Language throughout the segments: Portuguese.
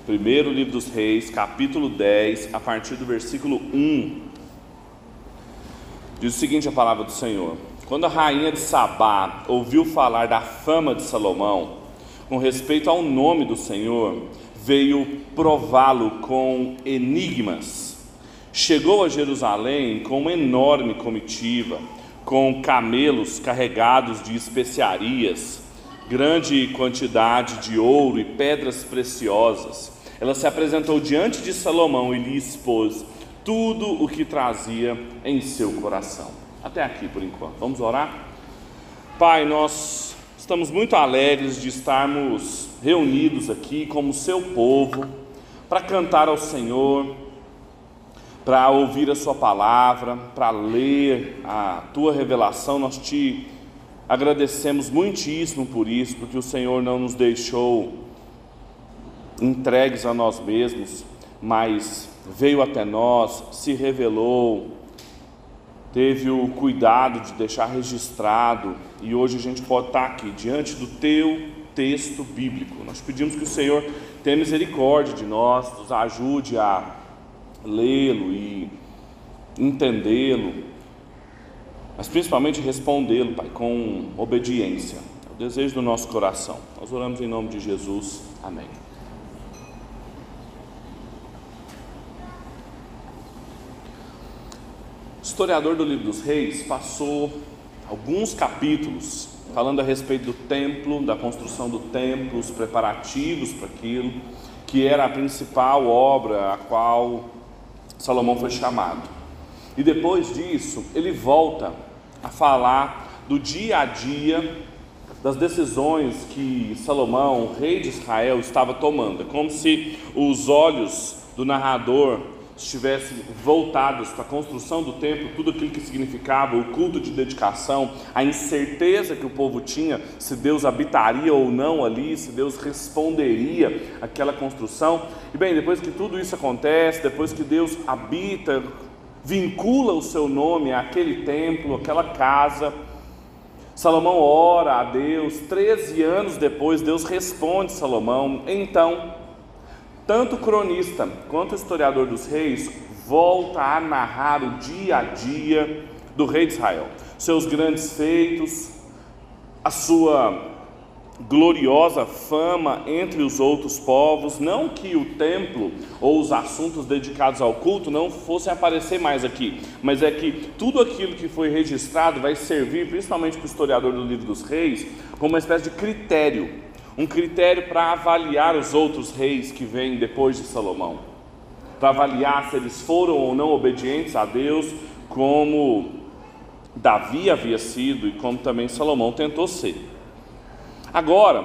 Primeiro livro dos Reis, capítulo 10, a partir do versículo 1. Diz o seguinte a palavra do Senhor: Quando a rainha de Sabá ouviu falar da fama de Salomão, com respeito ao nome do Senhor, veio prová-lo com enigmas. Chegou a Jerusalém com uma enorme comitiva, com camelos carregados de especiarias, grande quantidade de ouro e pedras preciosas. Ela se apresentou diante de Salomão e lhe expôs tudo o que trazia em seu coração. Até aqui por enquanto. Vamos orar? Pai, nós estamos muito alegres de estarmos reunidos aqui como seu povo para cantar ao Senhor, para ouvir a sua palavra, para ler a tua revelação. Nós te agradecemos muitíssimo por isso, porque o Senhor não nos deixou entregues a nós mesmos, mas veio até nós, se revelou, teve o cuidado de deixar registrado, e hoje a gente pode estar aqui diante do teu texto bíblico. Nós pedimos que o Senhor tenha misericórdia de nós, nos ajude a lê-lo e entendê-lo, mas principalmente respondê-lo, Pai, com obediência. É o desejo do nosso coração. Nós oramos em nome de Jesus. Amém. O historiador do livro dos Reis passou alguns capítulos falando a respeito do templo, da construção do templo, os preparativos para aquilo, que era a principal obra a qual Salomão foi chamado. E depois disso, ele volta a falar do dia a dia, das decisões que Salomão, rei de Israel, estava tomando. É como se os olhos do narrador estivessem voltados para a construção do templo, tudo aquilo que significava o culto de dedicação, a incerteza que o povo tinha, se Deus habitaria ou não ali, se Deus responderia àquela construção. E bem, depois que tudo isso acontece, depois que Deus habita, vincula o seu nome àquele templo, àquela casa, Salomão ora a Deus. 13 anos depois, Deus responde Salomão. Então, tanto o cronista quanto o historiador dos reis volta a narrar o dia a dia do rei de Israel, seus grandes feitos, a sua gloriosa fama entre os outros povos. Não que o templo ou os assuntos dedicados ao culto não fossem aparecer mais aqui, mas é que tudo aquilo que foi registrado vai servir principalmente para o historiador do livro dos reis como uma espécie de critério, um critério para avaliar os outros reis que vêm depois de Salomão, para avaliar se eles foram ou não obedientes a Deus, como Davi havia sido e como também Salomão tentou ser. Agora,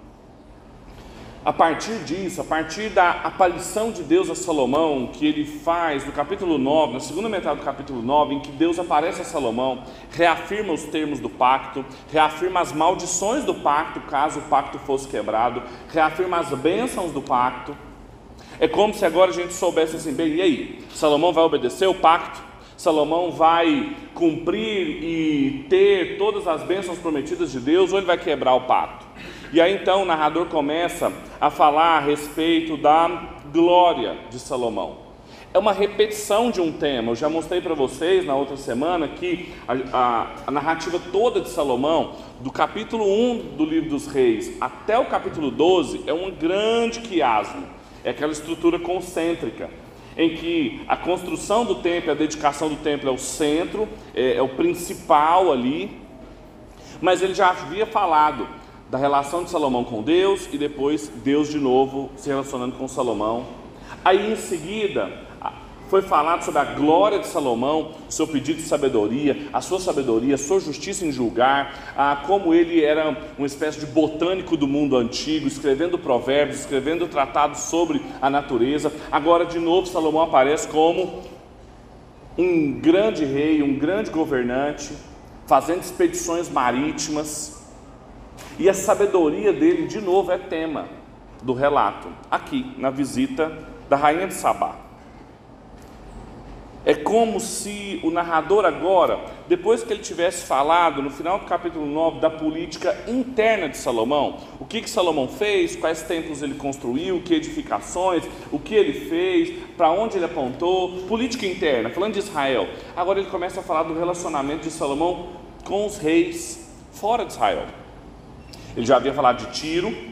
a partir disso, a partir da aparição de Deus a Salomão, que ele faz no capítulo 9, na segunda metade do capítulo 9, em que Deus aparece a Salomão, reafirma os termos do pacto, reafirma as maldições do pacto, caso o pacto fosse quebrado, reafirma as bênçãos do pacto. É como se agora a gente soubesse assim, bem, e aí? Salomão vai obedecer o pacto? Salomão vai cumprir e ter todas as bênçãos prometidas de Deus, ou ele vai quebrar o pacto? E aí então o narrador começa a falar a respeito da glória de Salomão. É uma repetição de um tema. Eu já mostrei para vocês na outra semana que a narrativa toda de Salomão, do capítulo 1 do livro dos reis até o capítulo 12, é um grande quiasmo. É aquela estrutura concêntrica, em que a construção do templo, a dedicação do templo é o centro, é o principal ali, mas ele já havia falado da relação de Salomão com Deus, e depois Deus de novo se relacionando com Salomão. Aí em seguida foi falado sobre a glória de Salomão, o seu pedido de sabedoria, a sua justiça em julgar, como ele era uma espécie de botânico do mundo antigo, escrevendo provérbios, escrevendo tratados sobre a natureza. Agora de novo Salomão aparece como um grande rei, um grande governante, fazendo expedições marítimas, e a sabedoria dele de novo é tema do relato, aqui na visita da rainha de Sabá. É como se o narrador agora depois que ele tivesse falado, no final do capítulo 9, da política interna de Salomão, o que Salomão fez, quais templos ele construiu, que edificações, o que ele fez, para onde ele apontou, política interna, falando de Israel. Agora ele começa a falar do relacionamento de Salomão com os reis fora de Israel. Ele já havia falado de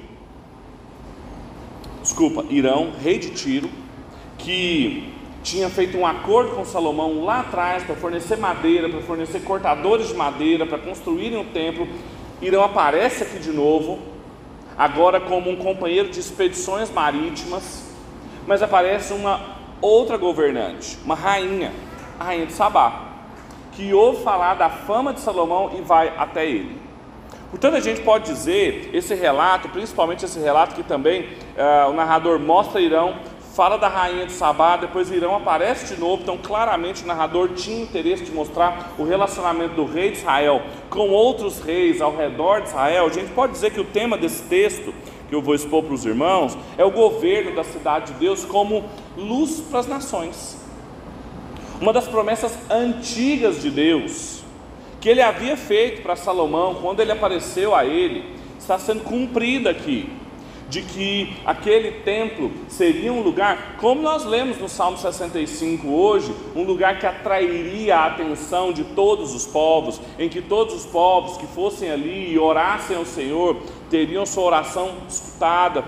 Irão, rei de Tiro, que tinha feito um acordo com Salomão lá atrás para fornecer madeira, para fornecer cortadores de madeira, para construírem um templo. Irão aparece aqui de novo, agora como um companheiro de expedições marítimas, mas aparece uma outra governante, uma rainha, a rainha de Sabá, que ouve falar da fama de Salomão e vai até ele. Portanto, a gente pode dizer, esse relato, principalmente esse relato que também o narrador mostra Irão, fala da rainha de Sabá, depois Irão aparece de novo. Então claramente o narrador tinha interesse de mostrar o relacionamento do rei de Israel com outros reis ao redor de Israel. A gente pode dizer que o tema desse texto, que eu vou expor para os irmãos, é o governo da cidade de Deus como luz para as nações. Uma das promessas antigas de Deus, que ele havia feito para Salomão quando ele apareceu a ele, está sendo cumprida aqui, de que aquele templo seria um lugar, como nós lemos no Salmo 65 hoje, um lugar que atrairia a atenção de todos os povos, em que todos os povos que fossem ali e orassem ao Senhor, teriam sua oração escutada.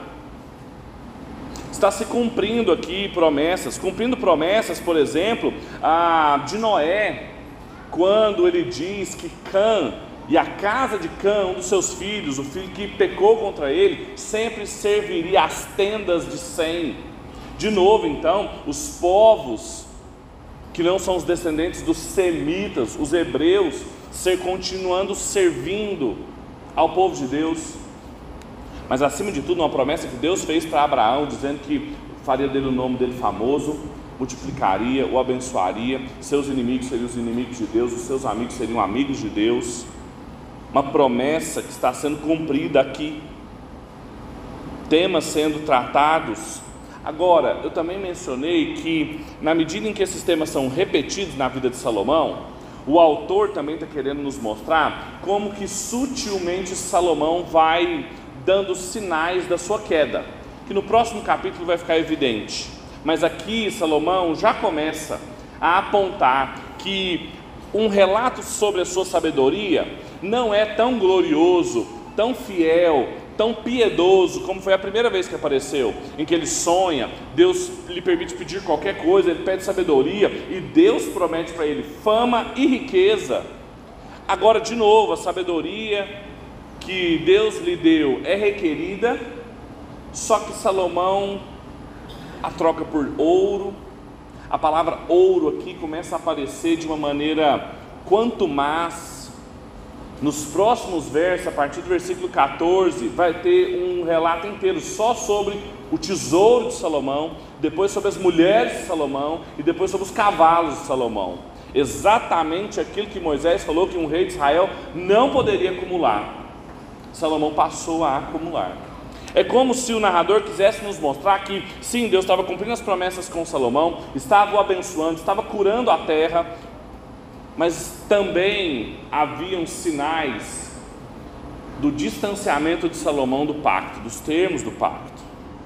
Está se cumprindo aqui promessas, por exemplo, de Noé, quando ele diz que Cã e a casa de Cã, um dos seus filhos, o filho que pecou contra ele, sempre serviria às tendas de Sem. De novo, então, os povos que não são os descendentes dos semitas, os hebreus, continuando servindo ao povo de Deus. Mas acima de tudo, uma promessa que Deus fez para Abraão, dizendo que faria dele o nome dele famoso, multiplicaria, o abençoaria, seus inimigos seriam os inimigos de Deus, os seus amigos seriam amigos de Deus. Uma promessa que está sendo cumprida aqui, temas sendo tratados. Agora, eu também mencionei que, na medida em que esses temas são repetidos na vida de Salomão, o autor também está querendo nos mostrar como que sutilmente Salomão vai dando sinais da sua queda, que no próximo capítulo vai ficar evidente. Mas aqui Salomão já começa a apontar que um relato sobre a sua sabedoria não é tão glorioso, tão fiel, tão piedoso como foi a primeira vez que apareceu, em que ele sonha, Deus lhe permite pedir qualquer coisa, ele pede sabedoria e Deus promete para ele fama e riqueza. Agora, de novo, a sabedoria que Deus lhe deu é requerida, só que Salomão a troca por ouro. A palavra ouro aqui começa a aparecer de uma maneira quanto mais. Nos próximos versos, a partir do versículo 14, vai ter um relato inteiro só sobre o tesouro de Salomão, depois sobre as mulheres de Salomão e depois sobre os cavalos de Salomão. Exatamente aquilo que Moisés falou que um rei de Israel não poderia acumular, Salomão passou a acumular. É como se o narrador quisesse nos mostrar que sim, Deus estava cumprindo as promessas com Salomão, estava o abençoando, estava curando a terra, mas também haviam sinais do distanciamento de Salomão do pacto, dos termos do pacto.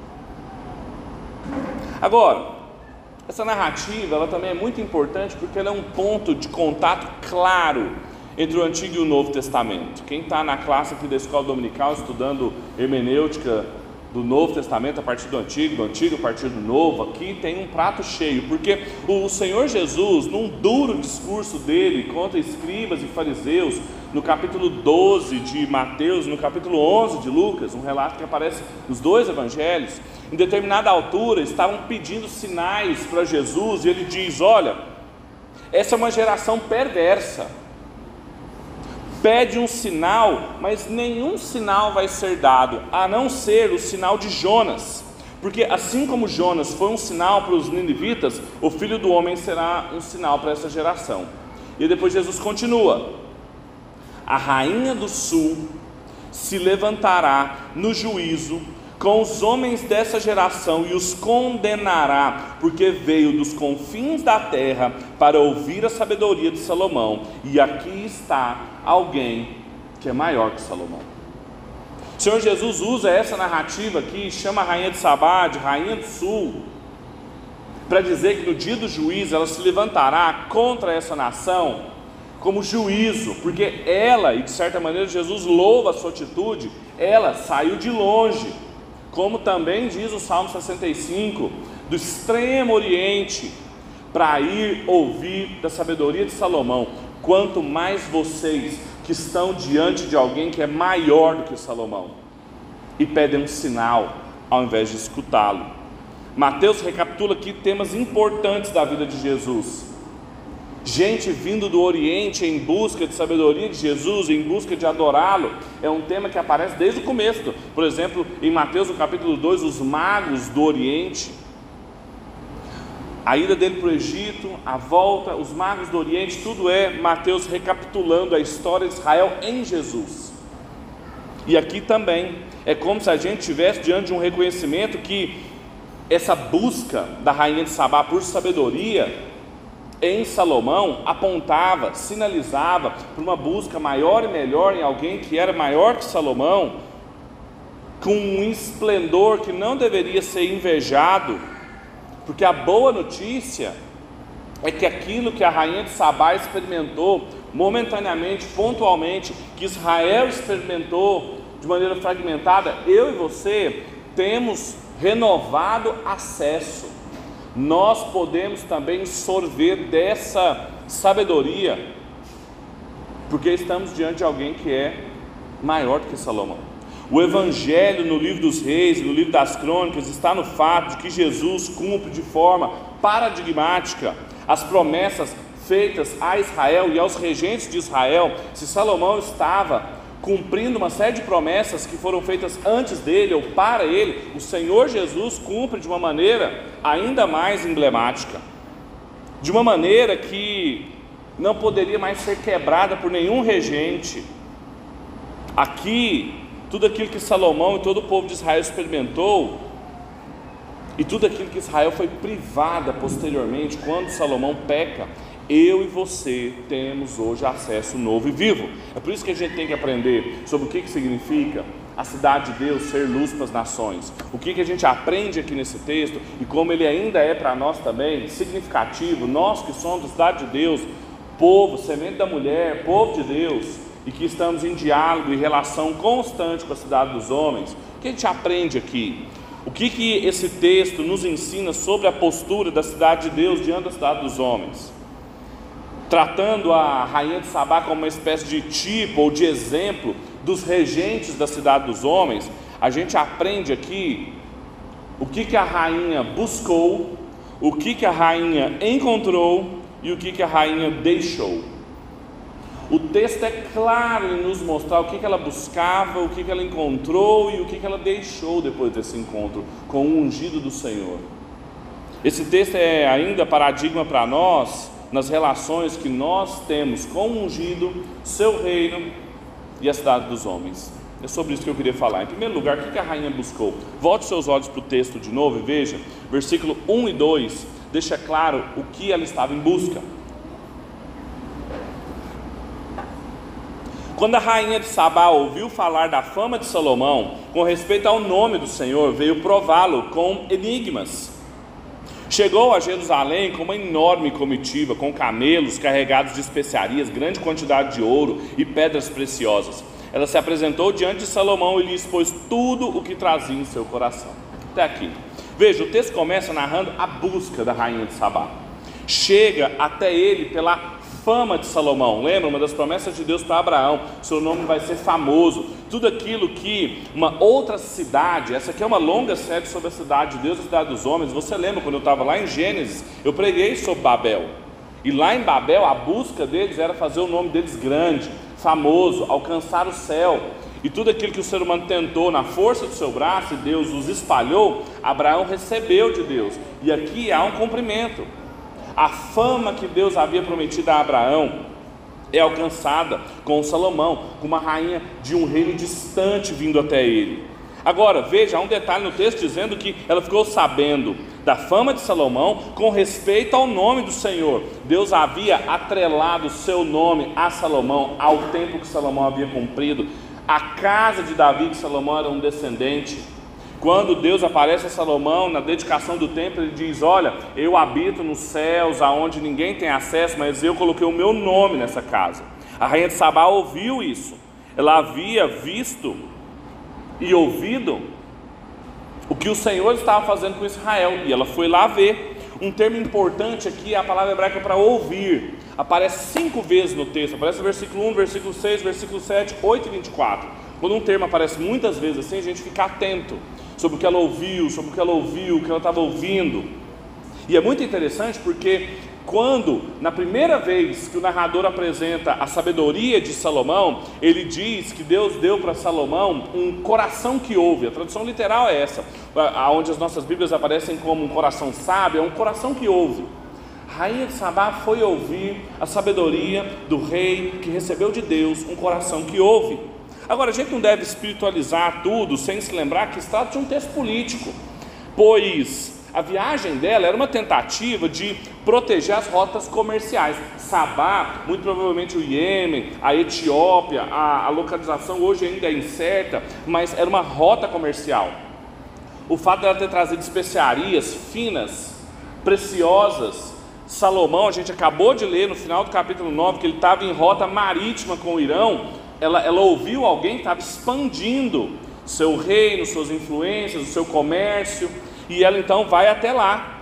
Agora, essa narrativa ela também é muito importante porque ela é um ponto de contato claro entre o Antigo e o Novo Testamento. Quem está na classe aqui da Escola Dominical estudando hermenêutica do Novo Testamento a partir do Antigo a partir do Novo, aqui tem um prato cheio, porque o Senhor Jesus, num duro discurso dele contra escribas e fariseus, no capítulo 12 de Mateus, no capítulo 11 de Lucas, um relato que aparece nos dois evangelhos, em determinada altura estavam pedindo sinais para Jesus, e ele diz: olha, essa é uma geração perversa, pede um sinal, mas nenhum sinal vai ser dado, a não ser o sinal de Jonas, porque assim como Jonas foi um sinal para os ninivitas, o Filho do Homem será um sinal para essa geração. E depois Jesus continua: a rainha do sul se levantará no juízo com os homens dessa geração e os condenará, porque veio dos confins da terra para ouvir a sabedoria de Salomão, e aqui está alguém que é maior que Salomão. O Senhor Jesus usa essa narrativa aqui, chama a rainha de Sabá de rainha do sul, para dizer que no dia do juízo ela se levantará contra essa nação como juízo, porque ela, e de certa maneira Jesus louva a sua atitude, ela saiu de longe, como também diz o Salmo 65, do extremo oriente, para ir ouvir da sabedoria de Salomão. Quanto mais vocês que estão diante de alguém que é maior do que Salomão, e pedem um sinal ao invés de escutá-lo. Mateus recapitula aqui temas importantes da vida de Jesus. Gente vindo do Oriente em busca de sabedoria de Jesus, em busca de adorá-lo, é um tema que aparece desde o começo. Por exemplo, em Mateus no capítulo 2, os magos do Oriente, a ida dele para o Egito, a volta, os magos do Oriente, tudo é Mateus recapitulando a história de Israel em Jesus. E aqui também, é como se a gente estivesse diante de um reconhecimento que essa busca da rainha de Sabá por sabedoria em Salomão apontava, sinalizava para uma busca maior e melhor em alguém que era maior que Salomão, com um esplendor que não deveria ser invejado, porque a boa notícia é que aquilo que a rainha de Sabá experimentou momentaneamente, pontualmente, que Israel experimentou de maneira fragmentada, eu e você temos renovado acesso. Nós podemos também sorver dessa sabedoria, porque estamos diante de alguém que é maior do que Salomão. O Evangelho no livro dos Reis, no livro das Crônicas, está no fato de que Jesus cumpre de forma paradigmática as promessas feitas a Israel e aos regentes de Israel. Se Salomão estava cumprindo uma série de promessas que foram feitas antes dele ou para ele, o Senhor Jesus cumpre de uma maneira ainda mais emblemática, de uma maneira que não poderia mais ser quebrada por nenhum regente. Aqui, tudo aquilo que Salomão e todo o povo de Israel experimentou, e tudo aquilo que Israel foi privada posteriormente, quando Salomão peca, eu e você temos hoje acesso novo e vivo. É por isso que a gente tem que aprender sobre o que significa a cidade de Deus ser luz para as nações. O que a gente aprende aqui nesse texto e como ele ainda é para nós também significativo, nós que somos a cidade de Deus, povo, semente da mulher, povo de Deus, e que estamos em diálogo e relação constante com a cidade dos homens. O que a gente aprende aqui? O que esse texto nos ensina sobre a postura da cidade de Deus diante da cidade dos homens? Tratando a rainha de Sabá como uma espécie de tipo ou de exemplo dos regentes da cidade dos homens, a gente aprende aqui o que a rainha buscou, o que a rainha encontrou e o que a rainha deixou. O texto é claro em nos mostrar o que ela buscava, o que ela encontrou e o que ela deixou depois desse encontro com o ungido do Senhor. Esse texto é ainda paradigma para nós nas relações que nós temos com o ungido, seu reino e a cidade dos homens. É sobre isso que eu queria falar. Em primeiro lugar, o que a rainha buscou? Volte seus olhos para o texto de novo e veja, versículo 1 e 2, deixa claro o que ela estava em busca. Quando a rainha de Sabá ouviu falar da fama de Salomão, com respeito ao nome do Senhor, veio prová-lo com enigmas. Chegou a Jerusalém com uma enorme comitiva, com camelos carregados de especiarias, grande quantidade de ouro e pedras preciosas. Ela se apresentou diante de Salomão e lhe expôs tudo o que trazia em seu coração. Até aqui. Veja, o texto começa narrando a busca da rainha de Sabá. Chega até ele pela fama de Salomão. Lembra uma das promessas de Deus para Abraão? Seu nome vai ser famoso. Tudo aquilo que uma outra cidade, essa aqui é uma longa série sobre a cidade de Deus e a cidade dos homens. Você lembra quando eu estava lá em Gênesis, eu preguei sobre Babel. E lá em Babel a busca deles era fazer o nome deles grande, famoso, alcançar o céu. E tudo aquilo que o ser humano tentou na força do seu braço e Deus os espalhou, Abraão recebeu de Deus. E aqui há um cumprimento. A fama que Deus havia prometido a Abraão é alcançada com Salomão, com uma rainha de um reino distante vindo até ele. Agora, veja, há um detalhe no texto dizendo que ela ficou sabendo da fama de Salomão com respeito ao nome do Senhor. Deus havia atrelado o seu nome a Salomão, ao tempo que Salomão havia cumprido. A casa de Davi, que Salomão era um descendente. Quando Deus aparece a Salomão na dedicação do templo, ele diz: olha, eu habito nos céus, aonde ninguém tem acesso, mas eu coloquei o meu nome nessa casa. A rainha de Sabá ouviu isso. Ela havia visto e ouvido o que o Senhor estava fazendo com Israel, e ela foi lá ver. Um termo importante aqui é a palavra hebraica para ouvir. Aparece 5 vezes no texto. Aparece no versículo 1, versículo 6, versículo 7, 8 e 24. Quando um termo aparece muitas vezes assim, a gente fica atento sobre o que ela ouviu, sobre o que ela ouviu, o que ela estava ouvindo. E é muito interessante porque quando, na primeira vez que o narrador apresenta a sabedoria de Salomão, ele diz que Deus deu para Salomão um coração que ouve. A tradução literal é essa, onde as nossas Bíblias aparecem como um coração sábio, é um coração que ouve. A rainha de Sabá foi ouvir a sabedoria do rei que recebeu de Deus, um coração que ouve. Agora, a gente não deve espiritualizar tudo sem se lembrar que se trata de um texto político, pois a viagem dela era uma tentativa de proteger as rotas comerciais. Sabá, muito provavelmente o Iêmen, a Etiópia, a localização hoje ainda é incerta, mas era uma rota comercial. O fato dela ter trazido especiarias finas, preciosas. Salomão, a gente acabou de ler no final do capítulo 9 que ele estava em rota marítima com o Irão. Ela ouviu alguém que estava expandindo seu reino, suas influências, o seu comércio, e ela então vai até lá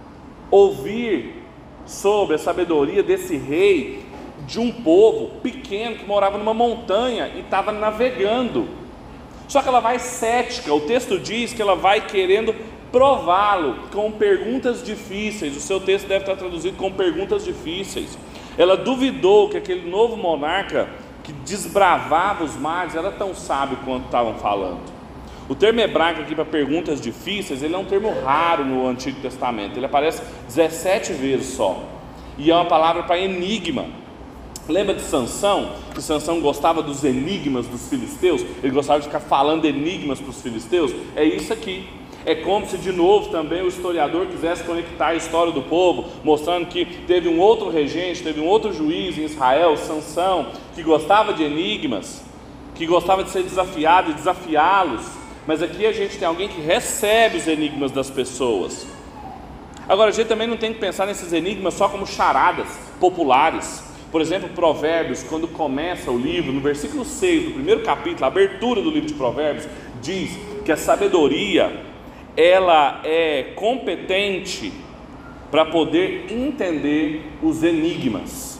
ouvir sobre a sabedoria desse rei de um povo pequeno que morava numa montanha e estava navegando. Só que ela vai cética. O texto diz que ela vai querendo prová-lo com perguntas difíceis. O seu texto deve estar traduzido com perguntas difíceis. Ela duvidou que aquele novo monarca que desbravava os mares era tão sábio quanto estavam falando. O termo hebraico aqui para perguntas difíceis, ele é um termo raro no Antigo Testamento. Ele aparece 17 vezes só. E é uma palavra para enigma. Lembra de Sansão? Que Sansão gostava dos enigmas dos filisteus? Ele gostava de ficar falando enigmas para os filisteus? É isso aqui. É como se de novo também o historiador quisesse conectar a história do povo, mostrando que teve um outro regente, teve um outro juiz em Israel, Sansão, que gostava de enigmas, que gostava de ser desafiado e desafiá-los. Mas aqui a gente tem alguém que recebe os enigmas das pessoas. Agora, a gente também não tem que pensar nesses enigmas só como charadas populares. Por exemplo, Provérbios, quando começa o livro, no versículo 6 do primeiro capítulo, a abertura do livro de Provérbios, diz que a sabedoria, ela é competente para poder entender os enigmas.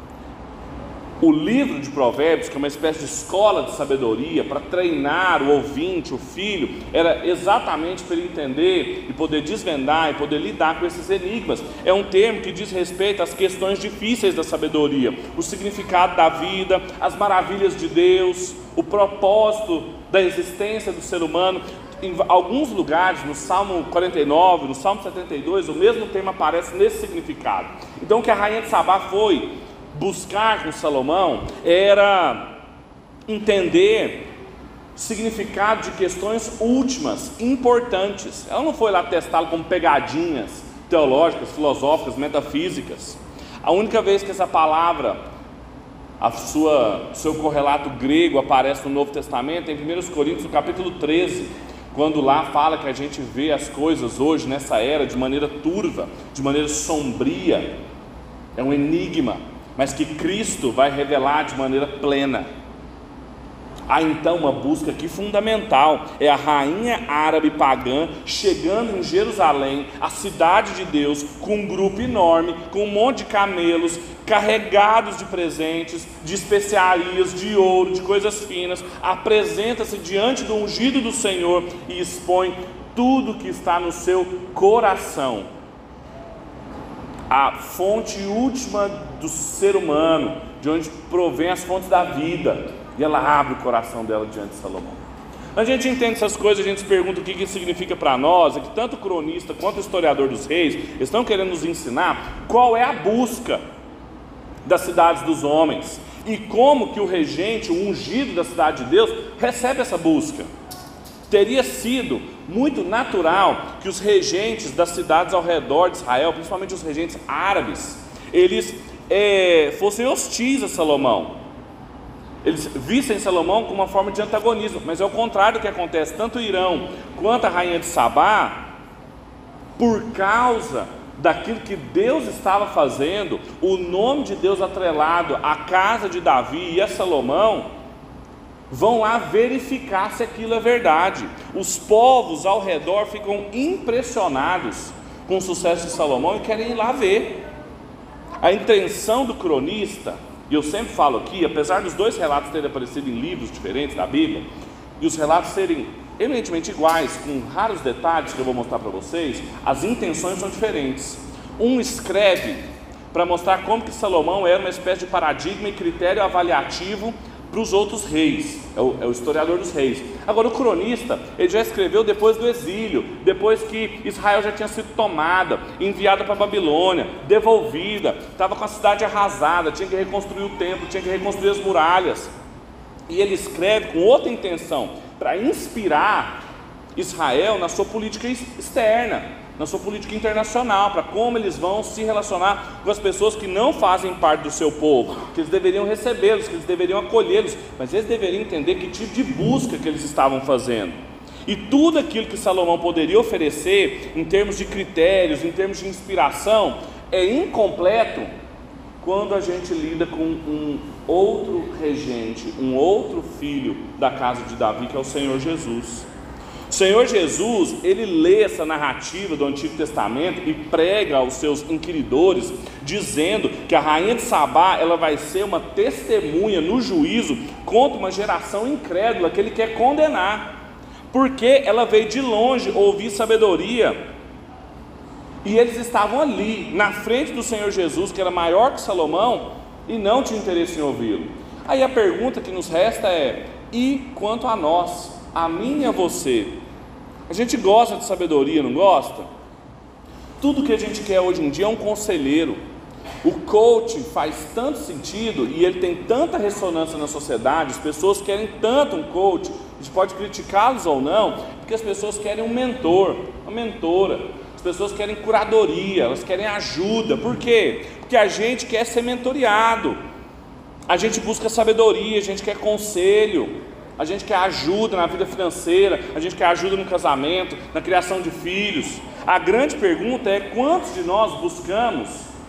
O livro de Provérbios, que é uma espécie de escola de sabedoria para treinar o ouvinte, o filho, era exatamente para ele entender e poder desvendar e poder lidar com esses enigmas. É um termo que diz respeito às questões difíceis da sabedoria, o significado da vida, as maravilhas de Deus, o propósito da existência do ser humano. Em alguns lugares, no Salmo 49, no Salmo 72, o mesmo termo aparece nesse significado. Então, o que a rainha de Sabá foi buscar com Salomão era entender significado de questões últimas, importantes. Ela não foi lá testá-lo como pegadinhas teológicas, filosóficas, metafísicas. A única vez que essa palavra, seu correlato grego aparece no Novo Testamento, é em 1 Coríntios, no capítulo 13, quando lá fala que a gente vê as coisas hoje, nessa era, de maneira turva, de maneira sombria. É um enigma, mas que Cristo vai revelar de maneira plena. Há então uma busca aqui fundamental, é a rainha árabe pagã chegando em Jerusalém, a cidade de Deus, com um grupo enorme, com um monte de camelos, carregados de presentes, de especiarias, de ouro, de coisas finas, apresenta-se diante do ungido do Senhor e expõe tudo que está no seu coração. A fonte última do ser humano, de onde provém as fontes da vida. E ela abre o coração dela diante de Salomão. A gente entende essas coisas, a gente se pergunta o que isso significa para nós. É que tanto o cronista quanto o historiador dos reis estão querendo nos ensinar qual é a busca das cidades dos homens e como que o regente, o ungido da cidade de Deus, recebe essa busca. teria sido muito natural que os regentes das cidades ao redor de Israel, principalmente os regentes árabes, eles fossem hostis a Salomão. Eles vissem Salomão como uma forma de antagonismo, mas é o contrário do que acontece. Tanto o Irão quanto a rainha de Sabá, por causa daquilo que Deus estava fazendo, o nome de Deus atrelado à casa de Davi e a Salomão, vão lá verificar se aquilo é verdade. Os povos ao redor ficam impressionados com o sucesso de Salomão e querem ir lá ver. A intenção do cronista, e eu sempre falo aqui, apesar dos dois relatos terem aparecido em livros diferentes da Bíblia, e os relatos serem eminentemente iguais, com raros detalhes que eu vou mostrar para vocês, as intenções são diferentes. Um escreve para mostrar como que Salomão era uma espécie de paradigma e critério avaliativo para os outros reis, é o historiador dos reis. Agora o cronista, ele já escreveu depois do exílio, depois que Israel já tinha sido tomada, enviada para a Babilônia, devolvida, estava com a cidade arrasada, tinha que reconstruir o templo, tinha que reconstruir as muralhas, e ele escreve com outra intenção, para inspirar Israel na sua política externa, na sua política internacional, para como eles vão se relacionar com as pessoas que não fazem parte do seu povo, que eles deveriam recebê-los, que eles deveriam acolhê-los, mas eles deveriam entender que tipo de busca que eles estavam fazendo. E tudo aquilo que Salomão poderia oferecer, em termos de critérios, em termos de inspiração, é incompleto quando a gente lida com um outro regente, um outro filho da casa de Davi, que é o Senhor Jesus. O Senhor Jesus, ele lê essa narrativa do Antigo Testamento e prega aos seus inquiridores, dizendo que a rainha de Sabá, ela vai ser uma testemunha no juízo contra uma geração incrédula que ele quer condenar, porque ela veio de longe ouvir sabedoria, e eles estavam ali, na frente do Senhor Jesus, que era maior que Salomão, e não tinha interesse em ouvi-lo. Aí a pergunta que nos resta é: e quanto a nós, a mim e a você? A gente gosta de sabedoria, não gosta? Tudo que a gente quer hoje em dia é um conselheiro. O coaching faz tanto sentido e ele tem tanta ressonância na sociedade, as pessoas querem tanto um coach, a gente pode criticá-los ou não, porque as pessoas querem um mentor, uma mentora, as pessoas querem curadoria, elas querem ajuda. Por quê? Porque a gente quer ser mentoreado, a gente busca sabedoria, a gente quer conselho, a gente quer ajuda na vida financeira, a gente quer ajuda no casamento, na criação de filhos. A grande pergunta é: quantos de nós buscamos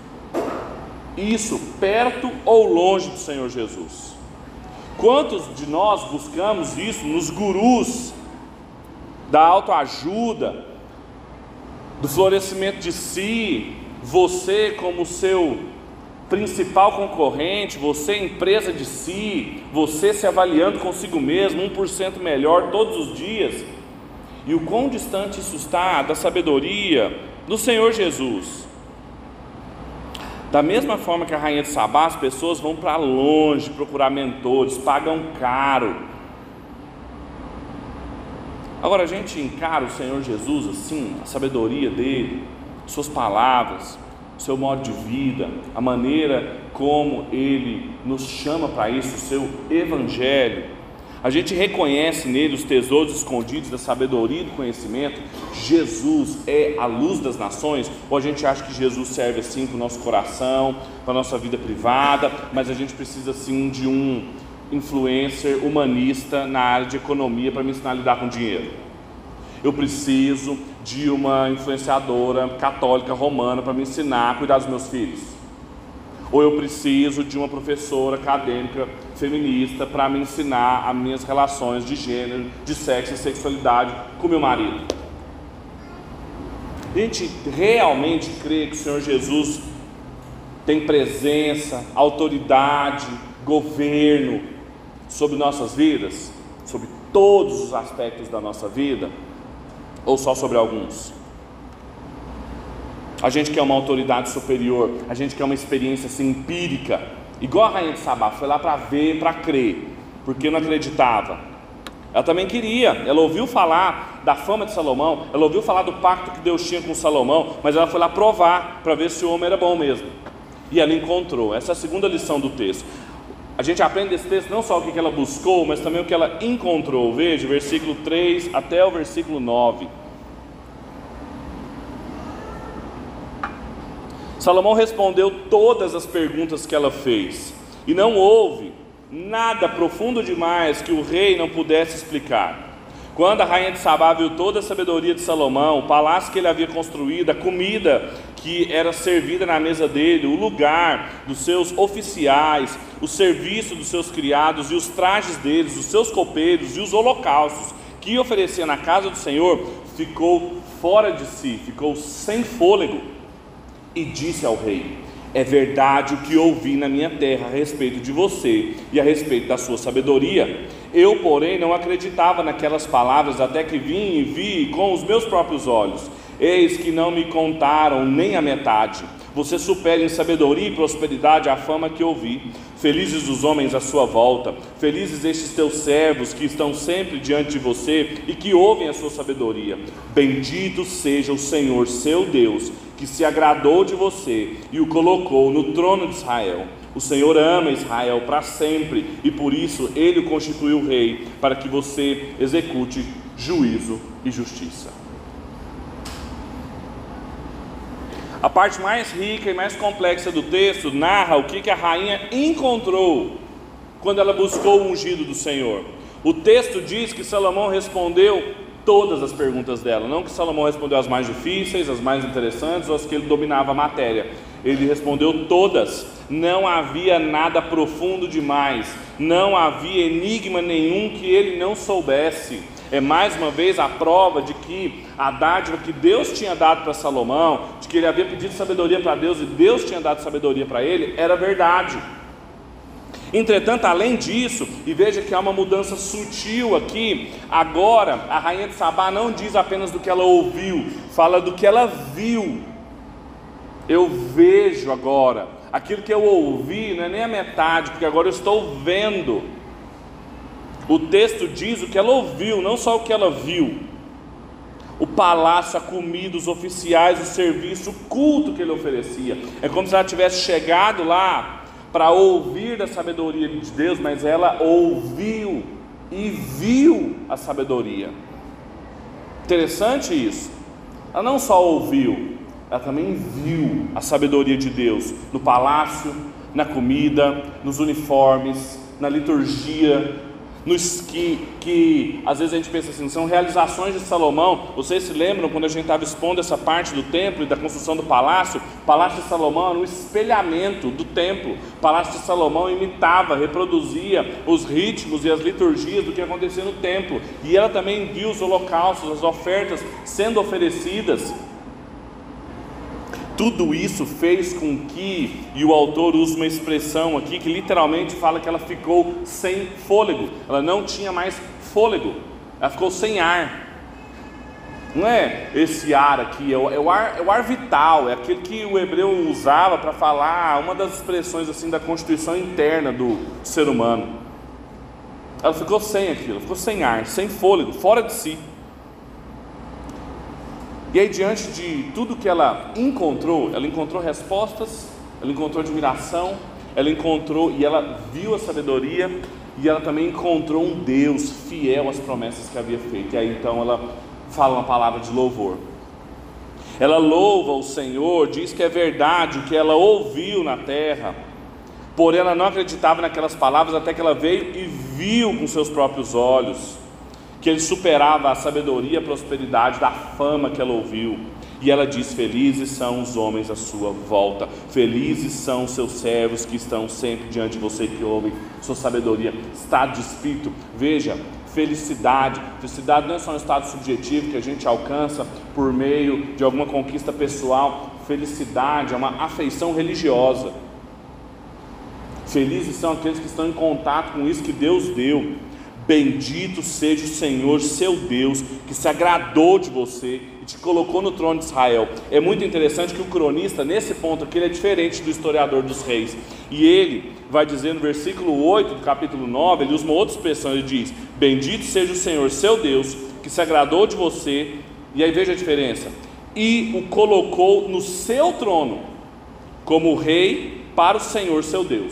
isso perto ou longe do Senhor Jesus? Quantos de nós buscamos isso nos gurus da autoajuda, do florescimento de si, você como seu principal concorrente, você empresa de si, você se avaliando consigo mesmo, 1% melhor todos os dias? E o quão distante isso está da sabedoria do Senhor Jesus? Da mesma forma que a rainha de Sabá, as pessoas vão para longe procurar mentores, pagam caro. Agora a gente encara o Senhor Jesus assim, a sabedoria dele, suas palavras, seu modo de vida, a maneira como ele nos chama para isso, o seu evangelho. A gente reconhece nele os tesouros escondidos da sabedoria e do conhecimento. Jesus é a luz das nações? Ou a gente acha que Jesus serve assim para o nosso coração, para a nossa vida privada, mas a gente precisa sim de um influencer humanista na área de economia para me ensinar a lidar com dinheiro? Eu preciso de uma influenciadora católica romana para me ensinar a cuidar dos meus filhos? Ou eu preciso de uma professora acadêmica feminista para me ensinar as minhas relações de gênero, de sexo e sexualidade com meu marido? A gente realmente crê que o Senhor Jesus tem presença, autoridade, governo sobre nossas vidas, sobre todos os aspectos da nossa vida, ou só sobre alguns? A gente quer uma autoridade superior, a gente quer uma experiência assim, empírica, igual a rainha de Sabá, foi lá para ver, para crer, porque não acreditava. Ela também queria, ela ouviu falar da fama de Salomão, ela ouviu falar do pacto que Deus tinha com Salomão, mas ela foi lá provar, para ver se o homem era bom mesmo, e ela encontrou. Essa é a segunda lição do texto. A gente aprende desse texto não só o que ela buscou, mas também o que ela encontrou. Veja, versículo 3 até o versículo 9. Salomão respondeu todas as perguntas que ela fez, e não houve nada profundo demais que o rei não pudesse explicar. Quando a rainha de Sabá viu toda a sabedoria de Salomão, o palácio que ele havia construído, a comida que era servida na mesa dele, o lugar dos seus oficiais, o serviço dos seus criados e os trajes deles, os seus copeiros e os holocaustos que oferecia na casa do Senhor, ficou fora de si, ficou sem fôlego, e disse ao rei: é verdade o que ouvi na minha terra a respeito de você e a respeito da sua sabedoria. Eu, porém, não acreditava naquelas palavras até que vim e vi com os meus próprios olhos. Eis que não me contaram nem a metade. Você supera em sabedoria e prosperidade a fama que ouvi. Felizes os homens à sua volta, felizes estes teus servos que estão sempre diante de você e que ouvem a sua sabedoria. Bendito seja o Senhor seu Deus, que se agradou de você e o colocou no trono de Israel. O Senhor ama Israel para sempre, e por isso Ele o constituiu rei, para que você execute juízo e justiça. A parte mais rica e mais complexa do texto narra o que a rainha encontrou quando ela buscou o ungido do Senhor. O texto diz que Salomão respondeu todas as perguntas dela, não que Salomão respondeu as mais difíceis, as mais interessantes, ou as que ele dominava a matéria. Ele respondeu todas. Não havia nada profundo demais, não havia enigma nenhum que ele não soubesse. É mais uma vez a prova de que a dádiva que Deus tinha dado para Salomão, de que ele havia pedido sabedoria para Deus e Deus tinha dado sabedoria para ele, era verdade. Entretanto, além disso, e veja que há uma mudança sutil aqui, agora a rainha de Sabá não diz apenas do que ela ouviu, fala do que ela viu. Eu vejo agora, aquilo que eu ouvi não é nem a metade, porque agora eu estou vendo. O texto diz o que ela ouviu, não só o que ela viu. O palácio, a comida, os oficiais, o serviço, o culto que ele oferecia. É como se ela tivesse chegado lá para ouvir da sabedoria de Deus, mas ela ouviu e viu a sabedoria. Interessante isso. Ela não só ouviu, ela também viu a sabedoria de Deus no palácio, na comida, nos uniformes, na liturgia, nos que às vezes a gente pensa assim, são realizações de Salomão. Vocês se lembram quando a gente estava expondo essa parte do templo e da construção do palácio? O palácio de Salomão era um espelhamento do templo. O palácio de Salomão imitava, reproduzia os ritmos e as liturgias do que acontecia no templo. E ela também viu os holocaustos, as ofertas sendo oferecidas. Tudo isso fez com que, e o autor usa uma expressão aqui que literalmente fala que ela ficou sem fôlego. Ela não tinha mais fôlego, ela ficou sem ar. Não é esse ar aqui, é o ar vital, é aquele que o hebreu usava para falar, uma das expressões assim da constituição interna do ser humano. Ela ficou sem aquilo, ficou sem ar, sem fôlego, fora de si. E aí, diante de tudo que ela encontrou respostas, ela encontrou admiração, ela encontrou e ela viu a sabedoria, e ela também encontrou um Deus fiel às promessas que havia feito. E aí então ela fala uma palavra de louvor. Ela louva o Senhor, diz que é verdade o que ela ouviu na terra, porém ela não acreditava naquelas palavras até que ela veio e viu com seus próprios olhos que ele superava a sabedoria e a prosperidade da fama que ela ouviu. E ela diz: felizes são os homens à sua volta, felizes são os seus servos que estão sempre diante de você, que ouvem sua sabedoria. Estado de espírito, veja, felicidade não é só um estado subjetivo que a gente alcança por meio de alguma conquista pessoal. Felicidade é uma afeição religiosa. Felizes são aqueles que estão em contato com isso que Deus deu. Bendito seja o Senhor seu Deus, que se agradou de você e te colocou no trono de Israel. É muito interessante que o cronista, nesse ponto aqui, ele é diferente do historiador dos reis. E ele vai dizer no versículo 8 do capítulo 9, ele usa uma outra expressão, ele diz: bendito seja o Senhor seu Deus, que se agradou de você. E aí veja a diferença: e o colocou no seu trono como rei para o Senhor seu Deus.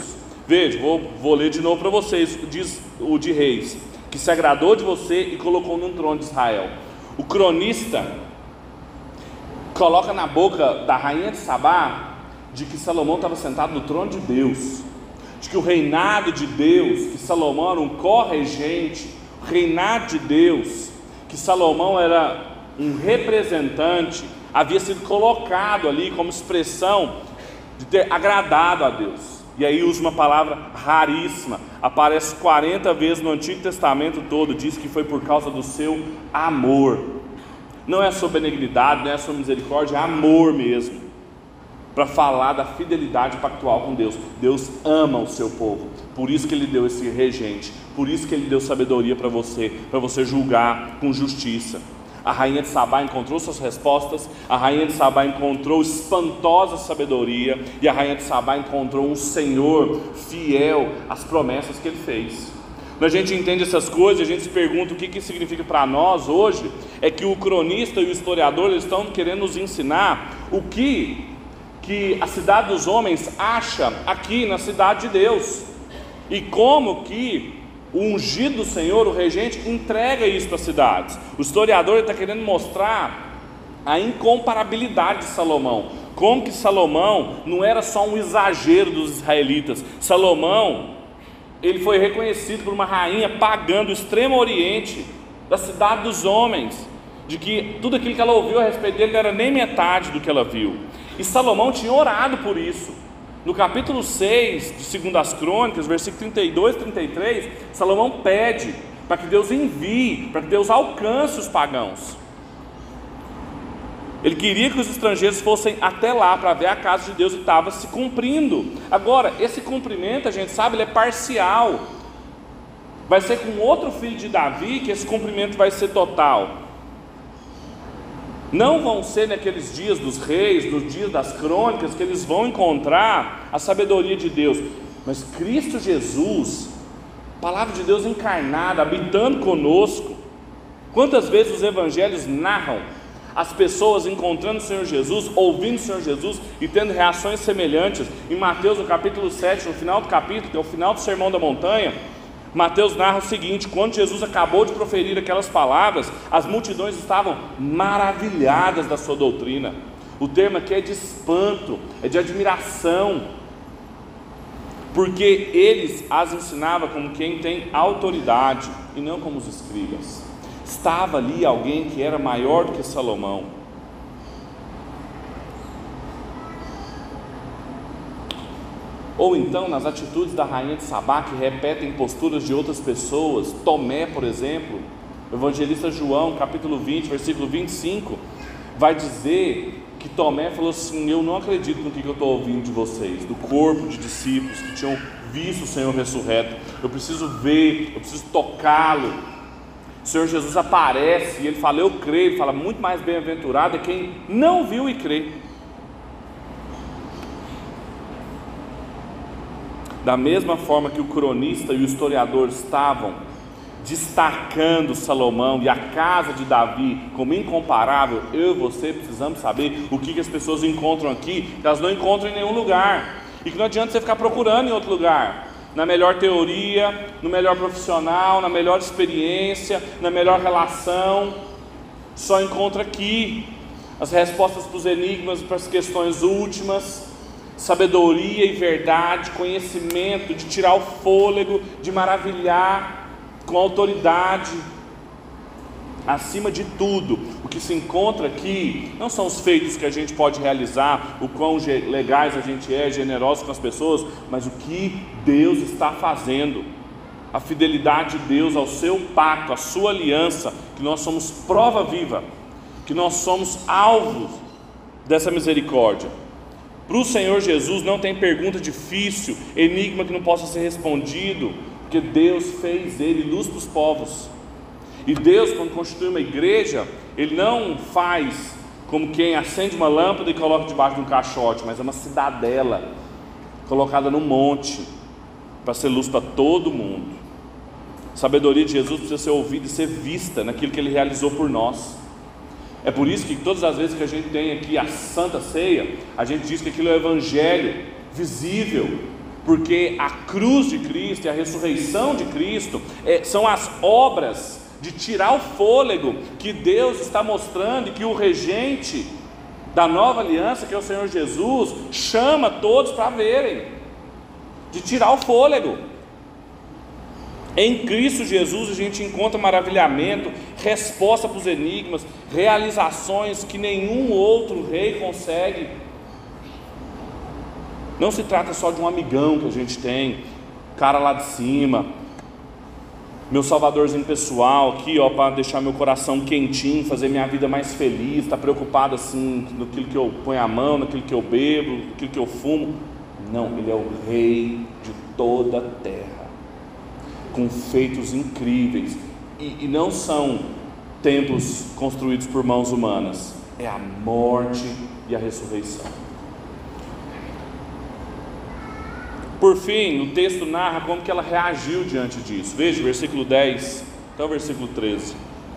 Veja, vou ler de novo para vocês. Diz o de Reis, que se agradou de você e colocou num trono de Israel. O cronista coloca na boca da rainha de Sabá de que Salomão estava sentado no trono de Deus, de que o reinado de Deus, que Salomão era um co-regente, o reinado de Deus, que Salomão era um representante, havia sido colocado ali como expressão de ter agradado a Deus. E aí usa uma palavra raríssima, aparece 40 vezes no Antigo Testamento todo, diz que foi por causa do seu amor. Não é sua benignidade, não é sua misericórdia, é amor mesmo, para falar da fidelidade pactual com Deus. Deus ama o seu povo, por isso que Ele deu esse regente, por isso que Ele deu sabedoria para você julgar com justiça. A rainha de Sabá encontrou suas respostas, a rainha de Sabá encontrou espantosa sabedoria, e a rainha de Sabá encontrou um Senhor fiel às promessas que Ele fez. Quando a gente entende essas coisas, a gente se pergunta o que isso significa para nós hoje. É que o cronista e o historiador, eles estão querendo nos ensinar o que a cidade dos homens acha aqui na cidade de Deus, e como que o ungido do Senhor, o regente, entrega isso para as cidades. O historiador está querendo mostrar a incomparabilidade de Salomão, como que Salomão não era só um exagero dos israelitas. Salomão, ele foi reconhecido por uma rainha pagã do extremo oriente, da cidade dos homens, de que tudo aquilo que ela ouviu a respeito dele não era nem metade do que ela viu. E Salomão tinha orado por isso. No capítulo 6 de 2 Crônicas, versículo 32 e 33, Salomão pede para que Deus envie, para que Deus alcance os pagãos. Ele queria que os estrangeiros fossem até lá para ver a casa de Deus, e estava se cumprindo. Agora, esse cumprimento, a gente sabe, ele é parcial. Vai ser com outro filho de Davi que esse cumprimento vai ser total. Não vão ser naqueles dias dos reis, nos dias das crônicas, que eles vão encontrar a sabedoria de Deus. Mas Cristo Jesus, palavra de Deus encarnada, habitando conosco. Quantas vezes os evangelhos narram as pessoas encontrando o Senhor Jesus, ouvindo o Senhor Jesus e tendo reações semelhantes. Em Mateus, no capítulo 7, no final do capítulo, que é o final do Sermão da Montanha, Mateus narra o seguinte: quando Jesus acabou de proferir aquelas palavras, as multidões estavam maravilhadas da sua doutrina. O termo aqui é de espanto, é de admiração, porque eles as ensinavam como quem tem autoridade e não como os escribas. Estava ali alguém que era maior do que Salomão. Ou então nas atitudes da rainha de Sabá, que repetem posturas de outras pessoas. Tomé, por exemplo, o evangelista João, capítulo 20, versículo 25, vai dizer que Tomé falou assim: eu não acredito no que eu estou ouvindo de vocês, do corpo de discípulos que tinham visto o Senhor ressurreto. Eu preciso ver, eu preciso tocá-lo. O Senhor Jesus aparece e ele fala: eu creio. Ele fala: muito mais bem-aventurado é quem não viu e crê. Da mesma forma que o cronista e o historiador estavam destacando Salomão e a casa de Davi como incomparável, eu e você precisamos saber o que as pessoas encontram aqui, que elas não encontram em nenhum lugar, e que não adianta você ficar procurando em outro lugar, na melhor teoria, no melhor profissional, na melhor experiência, na melhor relação. Só encontra aqui as respostas para os enigmas, para as questões últimas, sabedoria e verdade, conhecimento, de tirar o fôlego, de maravilhar com autoridade. Acima de tudo, o que se encontra aqui não são os feitos que a gente pode realizar, o quão legais a gente é, generosos com as pessoas, mas o que Deus está fazendo, a fidelidade de Deus ao seu pacto, à sua aliança, que nós somos prova viva, que nós somos alvos dessa misericórdia. Para o Senhor Jesus não tem pergunta difícil, enigma que não possa ser respondido, porque Deus fez ele luz para os povos. E Deus, quando constitui uma igreja, Ele não faz como quem acende uma lâmpada e coloca debaixo de um caixote, mas é uma cidadela colocada no monte para ser luz para todo mundo. A sabedoria de Jesus precisa ser ouvida e ser vista naquilo que Ele realizou por nós. É por isso que todas as vezes que a gente tem aqui a Santa Ceia, a gente diz que aquilo é o Evangelho visível, porque a cruz de Cristo e a ressurreição de Cristo são as obras de tirar o fôlego que Deus está mostrando, e que o regente da nova aliança, que é o Senhor Jesus, chama todos para verem, de tirar o fôlego. Em Cristo Jesus a gente encontra maravilhamento, resposta para os enigmas, realizações que nenhum outro rei consegue. Não se trata só de um amigão que a gente tem, cara lá de cima, meu salvadorzinho pessoal aqui, ó, para deixar meu coração quentinho, fazer minha vida mais feliz, tá preocupado assim, naquilo que eu ponho a mão, naquilo que eu bebo, naquilo que eu fumo. Não, ele é o rei de toda a terra, com feitos incríveis, e não são templos construídos por mãos humanas, é a morte e a ressurreição. Por fim, o texto narra como que ela reagiu diante disso. Veja, versículo 10 até o versículo 13.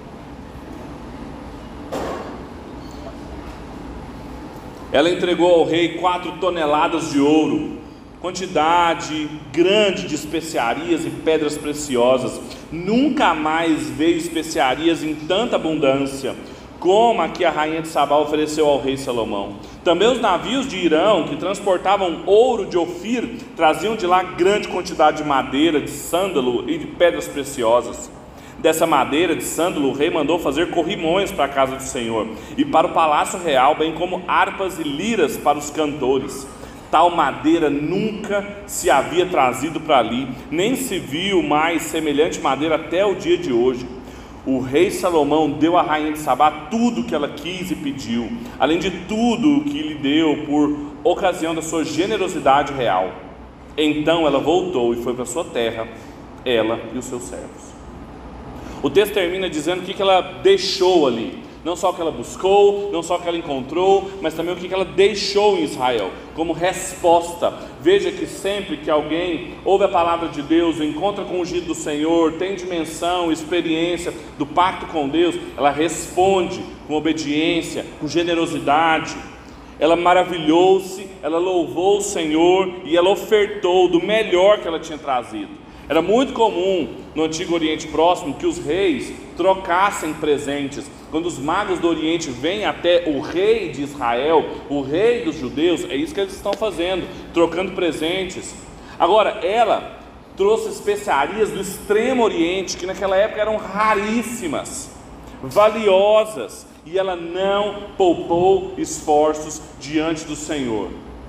Ela entregou ao rei 4 toneladas de ouro, quantidade grande de especiarias e pedras preciosas. Nunca mais veio especiarias em tanta abundância como a que a rainha de Sabá ofereceu ao rei Salomão. Também os navios de Irão, que transportavam ouro de Ofir, traziam de lá grande quantidade de madeira, de sândalo e de pedras preciosas. Dessa madeira de sândalo, o rei mandou fazer corrimões para a casa do Senhor e para o palácio real, bem como harpas e liras para os cantores. Tal madeira nunca se havia trazido para ali, nem se viu mais semelhante madeira até o dia de hoje. O rei Salomão deu à rainha de Sabá tudo o que ela quis e pediu, além de tudo o que lhe deu por ocasião da sua generosidade real. Então ela voltou e foi para sua terra, ela e os seus servos. O texto termina dizendo o que ela deixou ali. Não só o que ela buscou, não só o que ela encontrou, mas também o que ela deixou em Israel, como resposta. Veja que sempre que alguém ouve a palavra de Deus, encontra com o ungido do Senhor, tem dimensão, experiência do pacto com Deus, ela responde com obediência, com generosidade. Ela maravilhou-se, ela louvou o Senhor e ela ofertou do melhor que ela tinha trazido. Era muito comum no Antigo Oriente Próximo que os reis trocassem presentes. Quando os magos do Oriente vêm até o rei de Israel, o rei dos judeus, é isso que eles estão fazendo, trocando presentes. Agora, ela trouxe especiarias do Extremo Oriente, que naquela época eram raríssimas, valiosas, e ela não poupou esforços diante do Senhor.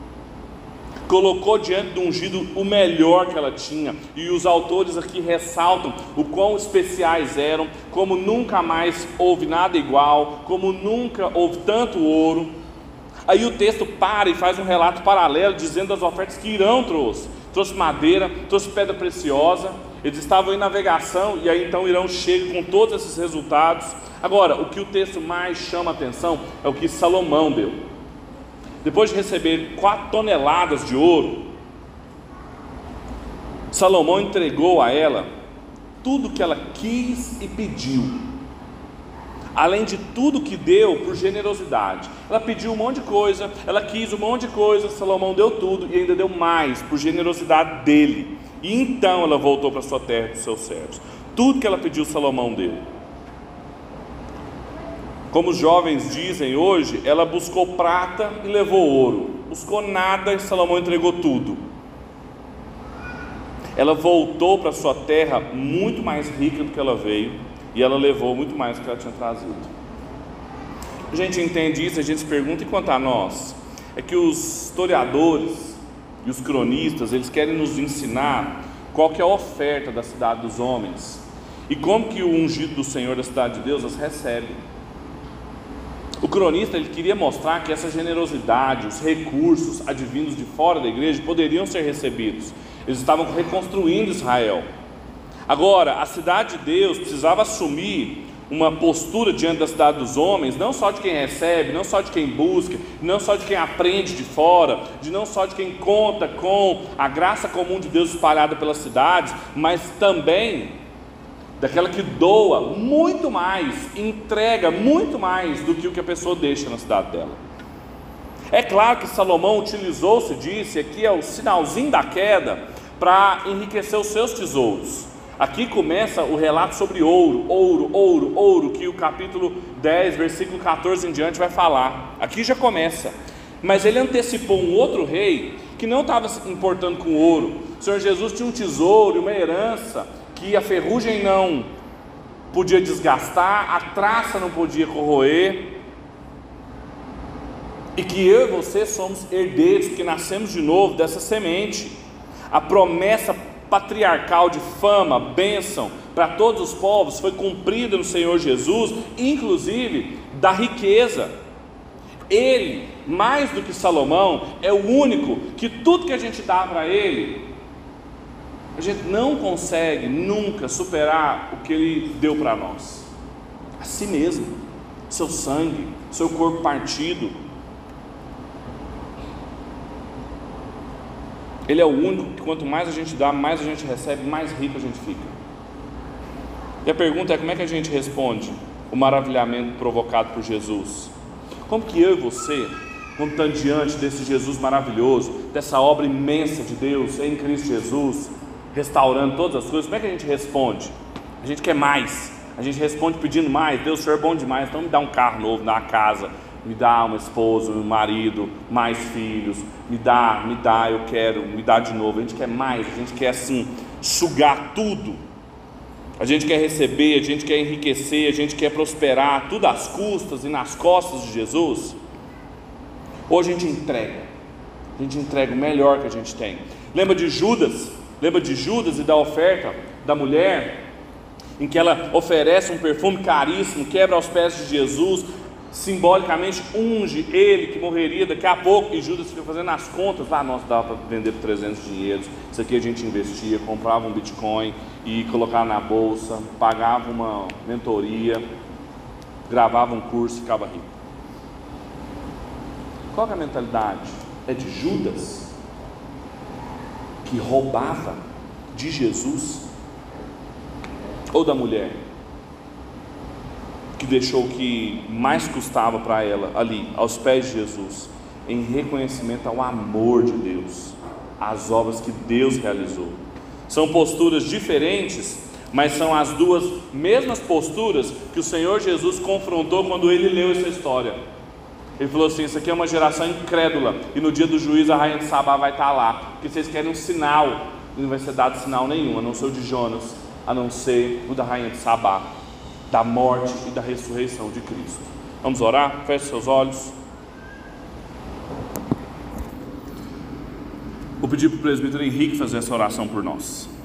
Colocou diante do ungido o melhor que ela tinha, e os autores aqui ressaltam o quão especiais eram, como nunca mais houve nada igual, como nunca houve tanto ouro. Aí o texto para e faz um relato paralelo, dizendo das ofertas que Irão trouxe madeira, trouxe pedra preciosa. Eles estavam em navegação, e aí então Irão chega com todos esses resultados. Agora, o que o texto mais chama a atenção é o que Salomão deu. Depois de receber 4 toneladas de ouro, Salomão entregou a ela tudo que ela quis e pediu, além de tudo que deu por generosidade. Ela pediu um monte de coisa, ela quis um monte de coisa, Salomão deu tudo e ainda deu mais por generosidade dele. E então ela voltou para sua terra e para os seus servos. Tudo que ela pediu, Salomão deu. Como os jovens dizem hoje, ela buscou prata e levou ouro. Buscou nada e Salomão entregou tudo. Ela voltou para sua terra muito mais rica do que ela veio, e ela levou muito mais do que ela tinha trazido. A gente entende isso, a gente se pergunta, e quanto a nós? É que os historiadores e os cronistas, eles querem nos ensinar qual que é a oferta da cidade dos homens, e como que o ungido do Senhor da cidade de Deus as recebe. O cronista, ele queria mostrar que essa generosidade, os recursos advindos de fora da igreja poderiam ser recebidos. Eles estavam reconstruindo Israel. Agora, a cidade de Deus precisava assumir uma postura diante da cidade dos homens, não só de quem recebe, não só de quem busca, não só de quem aprende de fora, não só de quem conta com a graça comum de Deus espalhada pelas cidades, mas também daquela que doa muito mais, entrega muito mais do que o que a pessoa deixa na cidade dela. É claro que Salomão utilizou-se disso, e aqui é o sinalzinho da queda, para enriquecer os seus tesouros. Aqui começa o relato sobre ouro, que o capítulo 10, versículo 14 em diante vai falar. Aqui já começa. Mas ele antecipou um outro rei que não estava se importando com ouro. O Senhor Jesus tinha um tesouro, uma herança, que a ferrugem não podia desgastar, a traça não podia corroer, e que eu e você somos herdeiros, que nascemos de novo dessa semente. A promessa patriarcal de fama, bênção para todos os povos foi cumprida no Senhor Jesus, inclusive da riqueza. Ele, mais do que Salomão, é o único que tudo que a gente dá para ele, a gente não consegue nunca superar o que ele deu para nós. A si mesmo, seu sangue, seu corpo partido. Ele é o único que quanto mais a gente dá, mais a gente recebe, mais rico a gente fica. E a pergunta é: como é que a gente responde o maravilhamento provocado por Jesus? Como que eu e você, quando estamos diante desse Jesus maravilhoso, dessa obra imensa de Deus em Cristo Jesus, restaurando todas as coisas, como é que a gente responde? A gente quer mais, a gente responde pedindo mais. Deus, o Senhor é bom demais, então me dá um carro novo, me dá uma casa, me dá uma esposa, um marido, mais filhos, me dá, eu quero, me dá de novo. A gente quer mais, a gente quer assim, sugar tudo. A gente quer receber, a gente quer enriquecer, a gente quer prosperar, tudo às custas e nas costas de Jesus. Ou a gente entrega o melhor que a gente tem. Lembra de Judas e da oferta da mulher, em que ela oferece um perfume caríssimo, quebra aos pés de Jesus, simbolicamente unge ele que morreria daqui a pouco, e Judas fica fazendo as contas, nossa, dava para vender por 300 dinheiros, isso aqui a gente investia, comprava um Bitcoin e colocava na bolsa, pagava uma mentoria, gravava um curso e ficava rico. Qual é a mentalidade? É de Judas, que roubava de Jesus, ou da mulher que deixou o que mais custava para ela ali, aos pés de Jesus, em reconhecimento ao amor de Deus, às obras que Deus realizou? São posturas diferentes, mas são as duas mesmas posturas que o Senhor Jesus confrontou quando ele leu essa história. Ele falou assim: isso aqui é uma geração incrédula, e no dia do juízo a rainha de Sabá vai estar lá, porque vocês querem um sinal, e não vai ser dado sinal nenhum, a não ser o de Jonas, a não ser o da rainha de Sabá, da morte e da ressurreição de Cristo. Vamos orar? Feche seus olhos. Vou pedir para o presbítero Henrique fazer essa oração por nós.